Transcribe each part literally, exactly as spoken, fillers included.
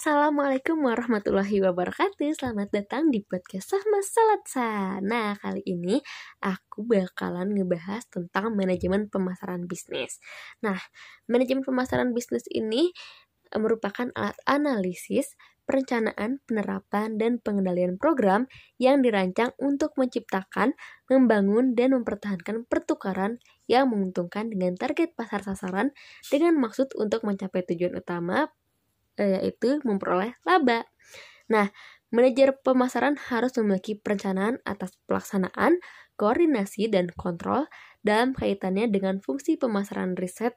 Assalamualaikum warahmatullahi wabarakatuh. Selamat datang di podcast Sahma Salatsa. Nah, kali ini aku bakalan ngebahas tentang manajemen pemasaran bisnis. Nah, manajemen pemasaran bisnis ini merupakan alat analisis, perencanaan, penerapan, dan pengendalian program yang dirancang untuk menciptakan, membangun, dan mempertahankan pertukaran yang menguntungkan dengan target pasar sasaran dengan maksud untuk mencapai tujuan utama, yaitu memperoleh laba. Nah, manajer pemasaran harus memiliki perencanaan atas pelaksanaan, koordinasi, dan kontrol dalam kaitannya dengan fungsi pemasaran riset,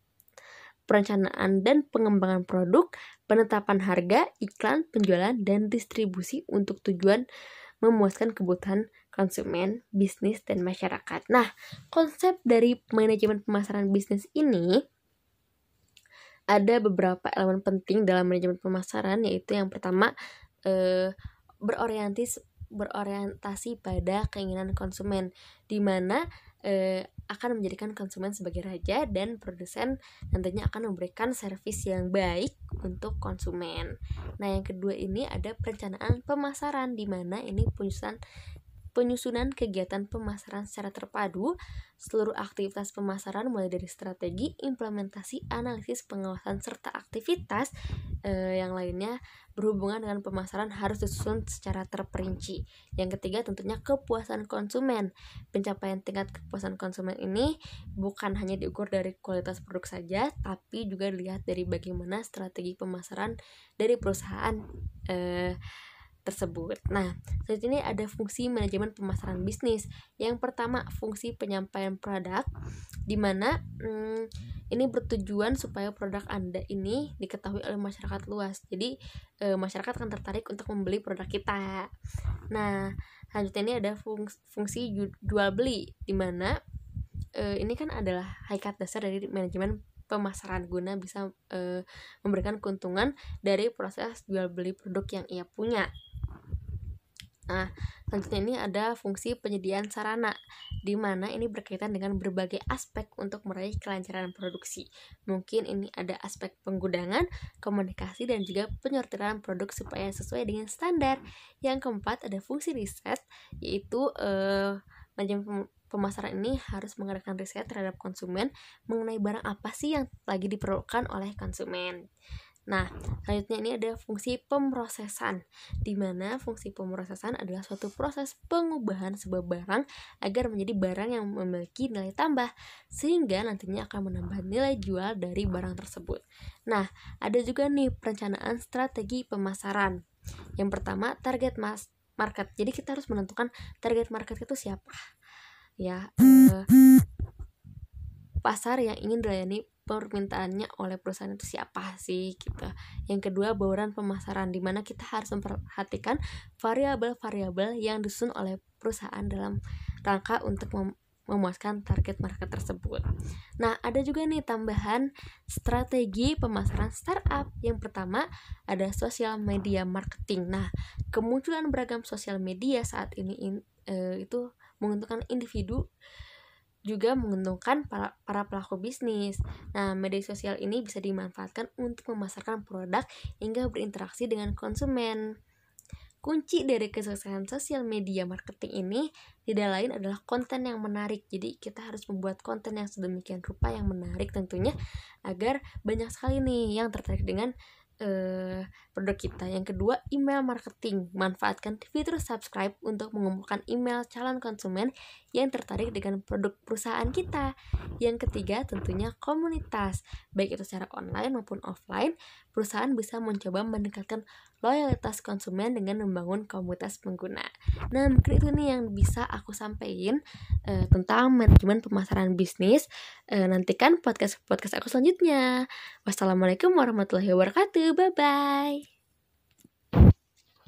perencanaan dan pengembangan produk, penetapan harga, iklan, penjualan, dan distribusi untuk tujuan memuaskan kebutuhan konsumen, bisnis, dan masyarakat. Nah, konsep dari manajemen pemasaran bisnis ini ada beberapa elemen penting dalam manajemen pemasaran, yaitu yang pertama eh, berorientasi berorientasi pada keinginan konsumen, di mana eh, akan menjadikan konsumen sebagai raja dan produsen nantinya akan memberikan servis yang baik untuk konsumen. Nah, yang kedua ini ada perencanaan pemasaran, di mana ini penyusunan penyusunan kegiatan pemasaran secara terpadu, seluruh aktivitas pemasaran mulai dari strategi, implementasi, analisis, pengawasan, serta aktivitas eh, yang lainnya berhubungan dengan pemasaran harus disusun secara terperinci. Yang ketiga tentunya kepuasan konsumen. Pencapaian tingkat kepuasan konsumen ini bukan hanya diukur dari kualitas produk saja, tapi juga dilihat dari bagaimana strategi pemasaran dari perusahaan eh, tersebut. Nah, selanjutnya ada fungsi manajemen pemasaran bisnis. Yang pertama, fungsi penyampaian produk, di mana hmm, ini bertujuan supaya produk Anda ini diketahui oleh masyarakat luas. Jadi, e, masyarakat akan tertarik untuk membeli produk kita. Nah, selanjutnya ini ada fungsi, fungsi jual beli, di mana e, ini kan adalah hakikat dasar dari manajemen pemasaran guna bisa e, memberikan keuntungan dari proses jual beli produk yang ia punya. Nah, selanjutnya ini ada fungsi penyediaan sarana, di mana ini berkaitan dengan berbagai aspek untuk meraih kelancaran produksi. Mungkin ini ada aspek penggudangan, komunikasi, dan juga penyortiran produk supaya sesuai dengan standar. Yang keempat ada fungsi riset, yaitu eh, manajemen pemasaran ini harus mengadakan riset terhadap konsumen mengenai barang apa sih yang lagi diperlukan oleh konsumen. Nah, selanjutnya ini ada fungsi pemrosesan, di mana fungsi pemrosesan adalah suatu proses pengubahan sebuah barang agar menjadi barang yang memiliki nilai tambah, sehingga nantinya akan menambah nilai jual dari barang tersebut. Nah, ada juga nih perencanaan strategi pemasaran. Yang pertama, target mas market. Jadi kita harus menentukan target market itu siapa. Ya, eh, pasar yang ingin dilayani permintaannya oleh perusahaan itu siapa sih gitu. Yang kedua, bauran pemasaran, di mana kita harus memperhatikan variabel-variabel yang disusun oleh perusahaan dalam rangka untuk mem- memuaskan target market tersebut. Nah, ada juga nih tambahan strategi pemasaran startup. Yang pertama ada social media marketing. Nah, kemunculan beragam sosial media saat ini in, e, itu menguntungkan individu, juga menguntungkan para, para pelaku bisnis. Nah, media sosial ini bisa dimanfaatkan untuk memasarkan produk hingga berinteraksi dengan konsumen. Kunci dari kesuksesan sosial media marketing ini tidak lain adalah konten yang menarik. Jadi kita harus membuat konten yang sedemikian rupa yang menarik tentunya, agar banyak sekali nih yang tertarik dengan Uh, produk kita. Yang kedua, email marketing. Manfaatkan fitur subscribe untuk mengumpulkan email calon konsumen yang tertarik dengan produk perusahaan kita. Yang ketiga, tentunya komunitas. Baik itu secara online maupun offline, perusahaan bisa mencoba meningkatkan loyalitas konsumen dengan membangun komunitas pengguna. Nah, mungkin itu nih yang bisa aku sampaikan uh, tentang manajemen pemasaran bisnis. Uh, nantikan podcast-podcast aku selanjutnya. Wassalamualaikum warahmatullahi wabarakatuh. Bye-bye.